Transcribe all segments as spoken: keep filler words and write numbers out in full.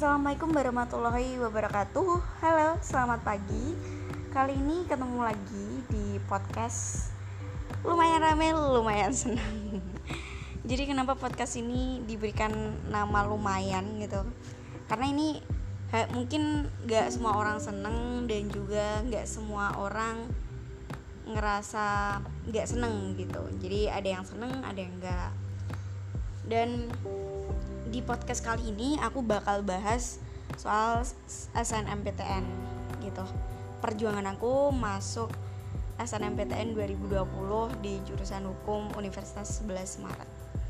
Assalamualaikum warahmatullahi wabarakatuh. Halo, selamat pagi. Kali ini ketemu lagi di podcast lumayan rame, lumayan senang. Jadi kenapa podcast ini diberikan nama lumayan gitu? Karena ini ha, mungkin gak semua orang seneng dan juga gak semua orang ngerasa gak seneng gitu. Jadi ada yang seneng, ada yang gak. Dan di podcast kali ini aku bakal bahas soal S N M P T N gitu. Perjuangan aku masuk S N M P T N dua ribu dua puluh di jurusan hukum Universitas sebelas Maret.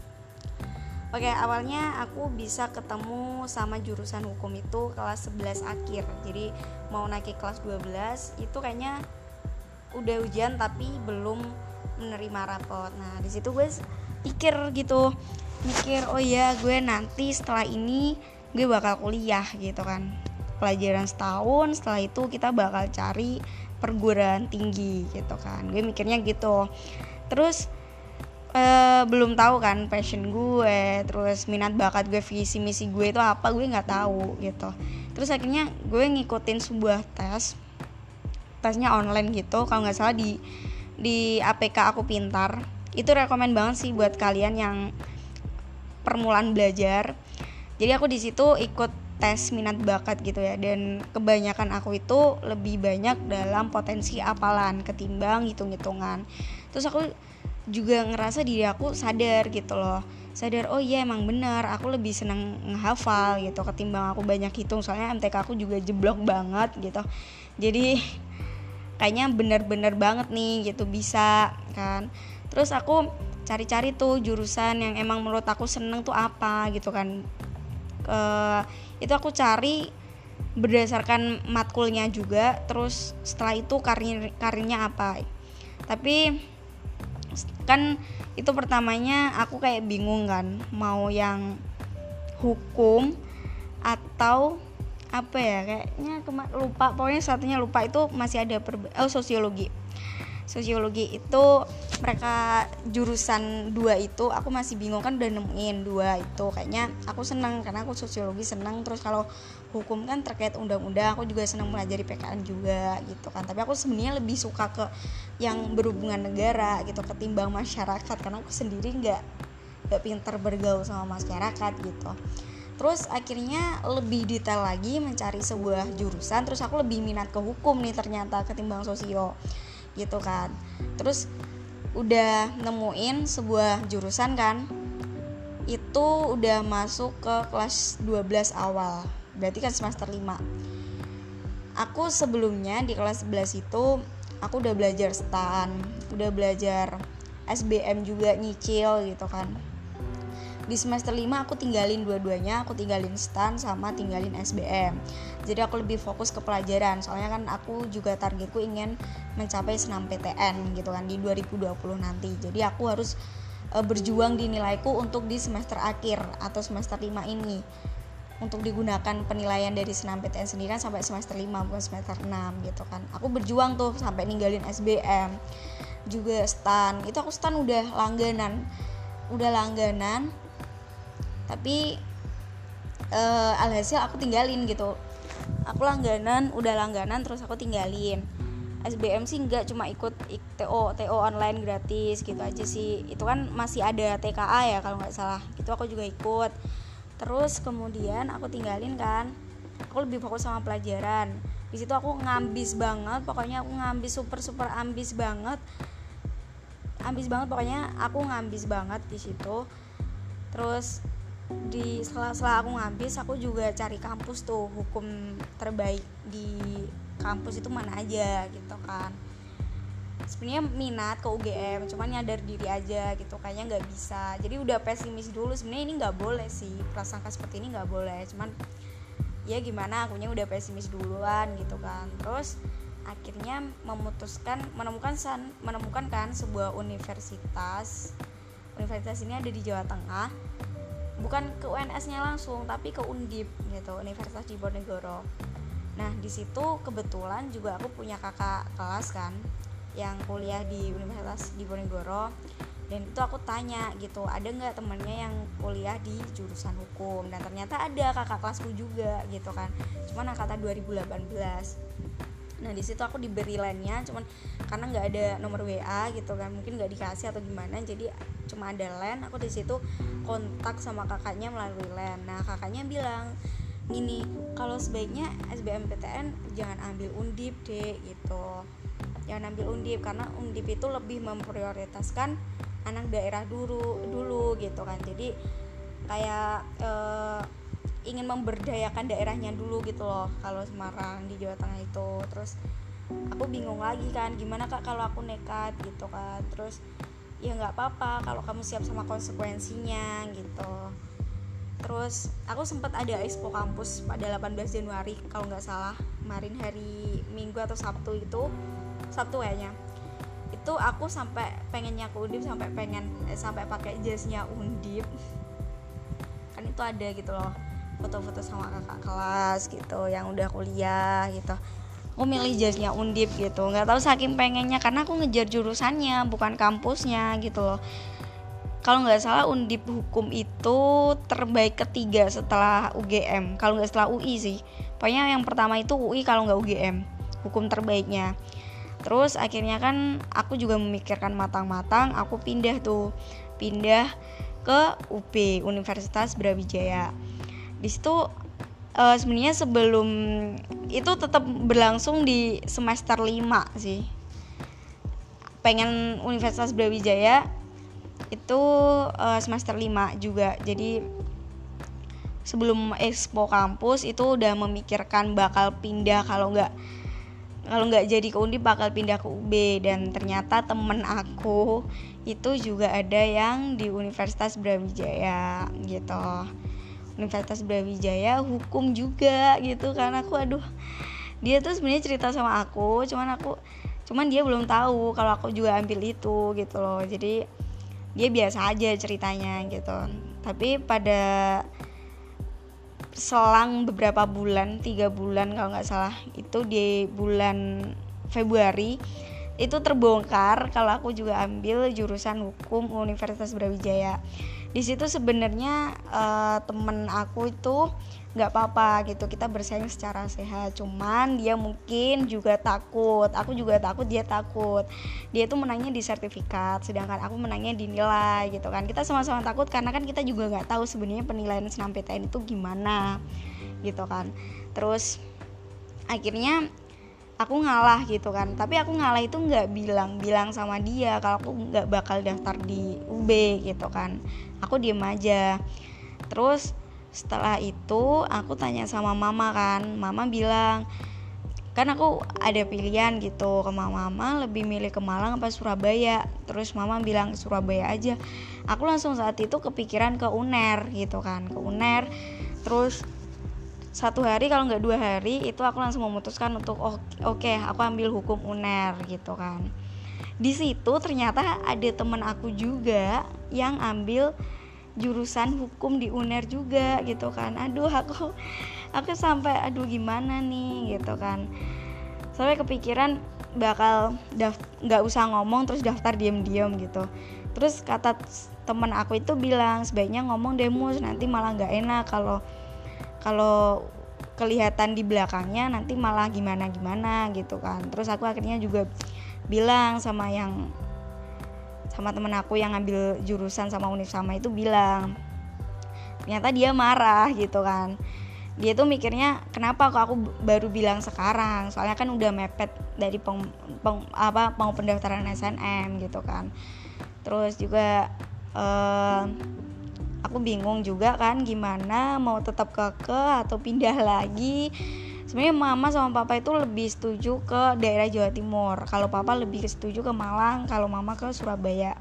Oke, awalnya aku bisa ketemu sama jurusan hukum itu kelas sebelas akhir. Jadi mau naik ke kelas dua belas itu kayaknya udah ujian tapi belum menerima rapot. Nah, di situ gue pikir gitu. Mikir oh iya gue nanti setelah ini gue bakal kuliah gitu kan, pelajaran setahun, setelah itu kita bakal cari perguruan tinggi gitu kan, gue mikirnya gitu. Terus ee, belum tahu kan passion gue, terus minat bakat gue, visi misi gue itu apa, gue nggak tahu gitu. Terus akhirnya gue ngikutin sebuah tes, tesnya online gitu kalau nggak salah di di A P K Aku Pintar. Itu rekomen banget sih buat kalian yang permulaan belajar. Jadi aku di situ ikut tes minat bakat gitu ya, dan kebanyakan aku itu lebih banyak dalam potensi hafalan ketimbang hitung-hitungan. Terus aku juga ngerasa diri aku sadar gitu loh, sadar oh iya emang benar aku lebih senang ngehafal gitu ketimbang aku banyak hitung, soalnya M T K aku juga jeblok banget gitu. Jadi kayaknya bener-bener banget nih gitu bisa kan. Terus aku cari-cari tuh jurusan yang emang menurut aku seneng tuh apa gitu kan. E, itu aku cari berdasarkan matkulnya juga. Terus setelah itu karir karirnya apa. Tapi kan itu pertamanya aku kayak bingung kan, mau yang hukum atau apa ya, kayaknya kema- lupa pokoknya satunya lupa itu masih ada perbe- oh sosiologi. Sosiologi itu mereka jurusan dua itu aku masih bingung kan, udah nemuin dua itu kayaknya aku seneng karena aku sosiologi seneng. Terus kalau hukum kan terkait undang-undang, aku juga seneng pelajari P K N juga gitu kan. Tapi aku sebenarnya lebih suka ke yang berhubungan negara gitu ketimbang masyarakat, karena aku sendiri nggak nggak pintar bergaul sama masyarakat gitu. Terus akhirnya lebih detail lagi mencari sebuah jurusan, terus aku lebih minat ke hukum nih ternyata ketimbang sosio gitu kan. Terus udah nemuin sebuah jurusan kan, itu udah masuk ke kelas dua belas awal, berarti kan semester lima. Aku sebelumnya di kelas sebelas itu aku udah belajar stan, udah belajar S B M juga nyicil gitu kan. Di semester lima aku tinggalin dua-duanya, aku tinggalin stan sama tinggalin S B M. Jadi aku lebih fokus ke pelajaran, soalnya kan aku juga targetku ingin mencapai senam P T N gitu kan di dua ribu dua puluh nanti. Jadi aku harus e, berjuang di nilaiku untuk di semester akhir atau semester lima ini, untuk digunakan penilaian dari senam P T N sendiri kan sampai semester lima bukan semester enam gitu kan. Aku berjuang tuh sampai ninggalin S B M. Juga stan, itu aku stan udah langganan. Udah langganan tapi uh, alhasil aku tinggalin gitu. Aku langganan, udah langganan terus aku tinggalin. S B M sih enggak, cuma ikut T O T O online gratis gitu aja sih. Itu kan masih ada T K A ya kalau nggak salah. Itu aku juga ikut. Terus kemudian aku tinggalin kan. Aku lebih fokus sama pelajaran. Di situ aku ngambis banget, pokoknya aku ngambis super super ambis banget. Ambis banget pokoknya aku ngambis banget di situ. Terus di setelah, setelah aku ngabis aku juga cari kampus tuh hukum terbaik di kampus itu mana aja gitu kan. Sebenarnya minat ke U G M, cuman nyadar diri aja gitu kayaknya nggak bisa. Jadi udah pesimis dulu. Sebenarnya ini nggak boleh sih, prasangka seperti ini nggak boleh, cuman ya gimana, akunya udah pesimis duluan gitu kan. Terus akhirnya memutuskan menemukan san, menemukan kan sebuah universitas. Universitas ini ada di Jawa Tengah. Bukan ke U N S-nya langsung, tapi ke Undip gitu, Universitas Diponegoro. Nah, di situ kebetulan juga aku punya kakak kelas kan yang kuliah di Universitas Diponegoro. Dan itu aku tanya gitu, ada nggak temennya yang kuliah di jurusan hukum, dan ternyata ada kakak kelasku juga gitu kan, cuman angkatan dua ribu delapan belas. Nah di situ aku diberi line-nya, cuman karena nggak ada nomor W A gitu kan, mungkin nggak dikasih atau gimana, jadi cuma ada line. Aku di situ kontak sama kakaknya melalui line. Nah kakaknya bilang gini, kalau sebaiknya S B M P T N jangan ambil Undip deh gitu, jangan ambil Undip karena Undip itu lebih memprioritaskan anak daerah dulu dulu gitu kan. Jadi kayak eh, ingin memberdayakan daerahnya dulu gitu loh kalau Semarang di Jawa Tengah itu. Terus aku bingung lagi kan, gimana kak kalau aku nekat gitu kan. Terus ya nggak apa-apa kalau kamu siap sama konsekuensinya gitu. Terus aku sempat ada expo kampus pada delapan belas Januari kalau nggak salah, kemarin hari Minggu atau Sabtu itu, Sabtu kayaknya. Itu aku sampai pengennya ke Undip, sampai pengen eh, sampai pakai jasnya Undip kan, itu ada gitu loh foto-foto sama kakak kelas gitu yang udah kuliah gitu. Aku milih jasnya Undip gitu, nggak tahu saking pengennya, karena aku ngejar jurusannya bukan kampusnya gitu loh. Kalau nggak salah Undip hukum itu terbaik ketiga setelah U G M, kalau nggak setelah U I sih. Pokoknya yang pertama itu U I kalau nggak U G M, hukum terbaiknya. Terus akhirnya kan aku juga memikirkan matang-matang, aku pindah tuh, pindah ke U B, Universitas Brawijaya. Di situ uh, sebenarnya sebelum itu tetap berlangsung di semester lima sih. Pengen Universitas Brawijaya itu uh, semester lima juga. Jadi sebelum expo kampus itu udah memikirkan bakal pindah, kalau nggak kalau nggak jadi ke Undip bakal pindah ke U B. Dan ternyata temen aku itu juga ada yang di Universitas Brawijaya gitu, Universitas Brawijaya hukum juga gitu kan. Aku aduh, dia tuh sebenarnya cerita sama aku, cuman aku cuman dia belum tahu kalau aku juga ambil itu gitu loh. Jadi dia biasa aja ceritanya gitu. Tapi pada selang beberapa bulan, tiga bulan kalau nggak salah, itu di bulan Februari itu terbongkar kalau aku juga ambil jurusan hukum Universitas Brawijaya. Di situ sebenarnya uh, temen aku itu nggak apa-apa gitu, kita bersaing secara sehat. Cuman dia mungkin juga takut, aku juga takut, dia takut. Dia tuh menangnya di sertifikat, sedangkan aku menangnya di nilai gitu kan. Kita sama-sama takut karena kan kita juga nggak tahu sebenarnya penilaian S N M P T N itu gimana gitu kan. Terus akhirnya aku ngalah gitu kan, tapi aku ngalah itu nggak bilang-bilang sama dia kalau aku nggak bakal daftar di U B gitu kan. Aku diem aja. Terus setelah itu aku tanya sama mama kan, mama bilang, kan aku ada pilihan gitu ke mama, mama lebih milih ke Malang apa Surabaya. Terus mama bilang Surabaya aja. Aku langsung saat itu kepikiran ke U N E R gitu kan, ke U N E R. Terus satu hari kalau nggak dua hari itu aku langsung memutuskan untuk oke okay, aku ambil hukum U N E R gitu kan. Di situ ternyata ada teman aku juga yang ambil jurusan hukum di U N E R juga gitu kan. Aduh aku aku sampai aduh gimana nih gitu kan. Sampai kepikiran bakal daft- nggak usah ngomong terus daftar diam-diam gitu. Terus kata teman aku itu bilang sebaiknya ngomong deh Mus, nanti malah nggak enak kalau kalau kelihatan di belakangnya nanti malah gimana-gimana gitu kan. Terus aku akhirnya juga bilang sama yang sama temen aku yang ngambil jurusan sama Univ sama itu, bilang, ternyata dia marah gitu kan. Dia tuh mikirnya kenapa kok aku baru bilang sekarang, soalnya kan udah mepet dari peng, peng, apa mau pendaftaran S N M gitu kan. Terus juga eh, aku bingung juga kan gimana mau tetap kekeh atau pindah lagi. Sebenarnya mama sama papa itu lebih setuju ke daerah Jawa Timur, kalau papa lebih setuju ke Malang, kalau mama ke Surabaya.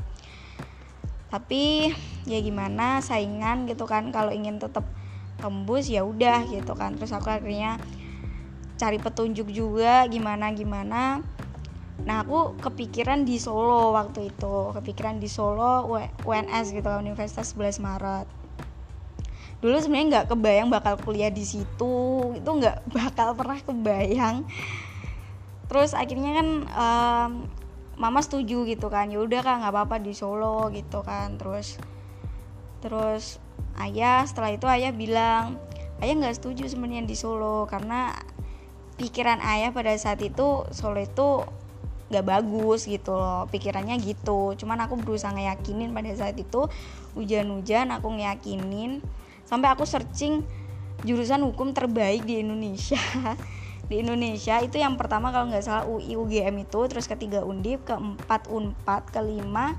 Tapi ya gimana, saingan gitu kan, kalau ingin tetap tembus ya udah gitu kan. Terus aku akhirnya cari petunjuk juga gimana gimana. Nah aku kepikiran di Solo waktu itu, kepikiran di Solo U N S gitu, Universitas sebelas Maret. Dulu sebenarnya nggak kebayang bakal kuliah di situ, itu nggak bakal pernah kebayang. Terus akhirnya kan um, mama setuju gitu kan, ya udah kak nggak apa-apa di Solo gitu kan. Terus terus ayah setelah itu ayah bilang ayah nggak setuju sebenarnya di Solo, karena pikiran ayah pada saat itu Solo itu nggak bagus gitu loh, pikirannya gitu. Cuman aku berusaha ngeyakinin pada saat itu, hujan-hujan aku ngeyakinin sampai aku searching jurusan hukum terbaik di Indonesia. Di Indonesia itu yang pertama kalau nggak salah U I U G M itu, terus ketiga Undip, keempat Unpad, kelima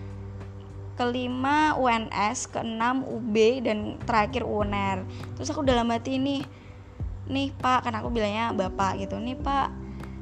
kelima U N S, keenam U B, dan terakhir U N R. Terus aku dalam hati nih nih Pak, kan aku bilangnya Bapak gitu, nih Pak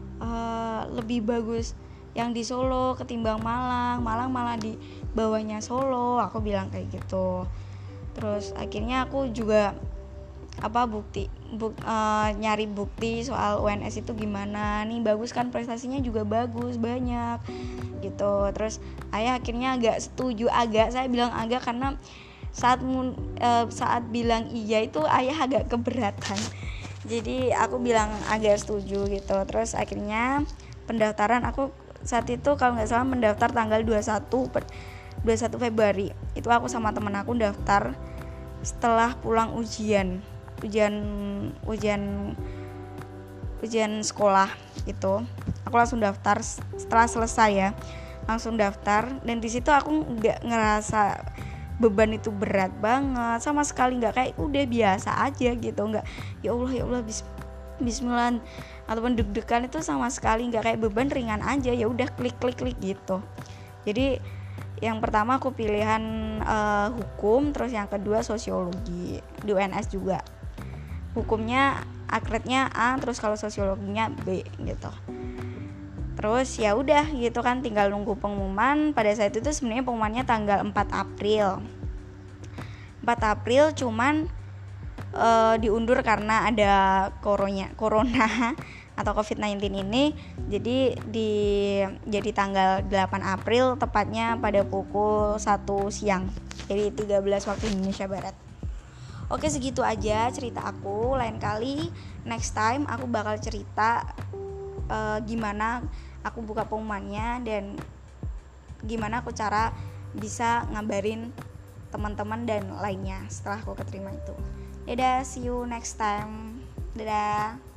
uh, lebih bagus yang di Solo ketimbang Malang, Malang malah di bawahnya Solo, aku bilang kayak gitu. Terus akhirnya aku juga apa bukti buk, uh, nyari bukti soal U N S itu gimana nih, bagus kan prestasinya juga bagus banyak gitu. Terus ayah akhirnya agak setuju, agak saya bilang agak karena saat uh, saat bilang iya itu ayah agak keberatan, jadi aku bilang agak setuju gitu. Terus akhirnya pendaftaran aku saat itu kalau nggak salah mendaftar tanggal dua puluh satu Februari, itu aku sama temen aku daftar setelah pulang ujian ujian ujian ujian sekolah gitu. Aku langsung daftar setelah selesai ya, langsung daftar. Dan di situ aku nggak ngerasa beban itu berat banget sama sekali, nggak kayak udah biasa aja gitu, nggak ya Allah ya Allah bis, bismillah ataupun deg-degan, itu sama sekali nggak kayak beban, ringan aja, ya udah klik klik klik gitu. Jadi yang pertama aku pilihan uh, hukum, terus yang kedua sosiologi di U N S juga. Hukumnya akrednya A, terus kalau sosiologinya B gitu. Terus ya udah gitu kan, tinggal nunggu pengumuman. Pada saat itu sebenarnya pengumumannya tanggal empat April. empat April cuman uh, diundur karena ada corona corona atau covid sembilan belas ini. Jadi di jadi tanggal delapan April tepatnya pada pukul satu siang. Jadi tiga belas waktu Indonesia Barat. Oke, segitu aja cerita aku. Lain kali next time aku bakal cerita uh, gimana aku buka pengumumannya dan gimana aku cara bisa ngabarin teman-teman dan lainnya setelah aku keterima itu. Dadah, see you next time. Dadah.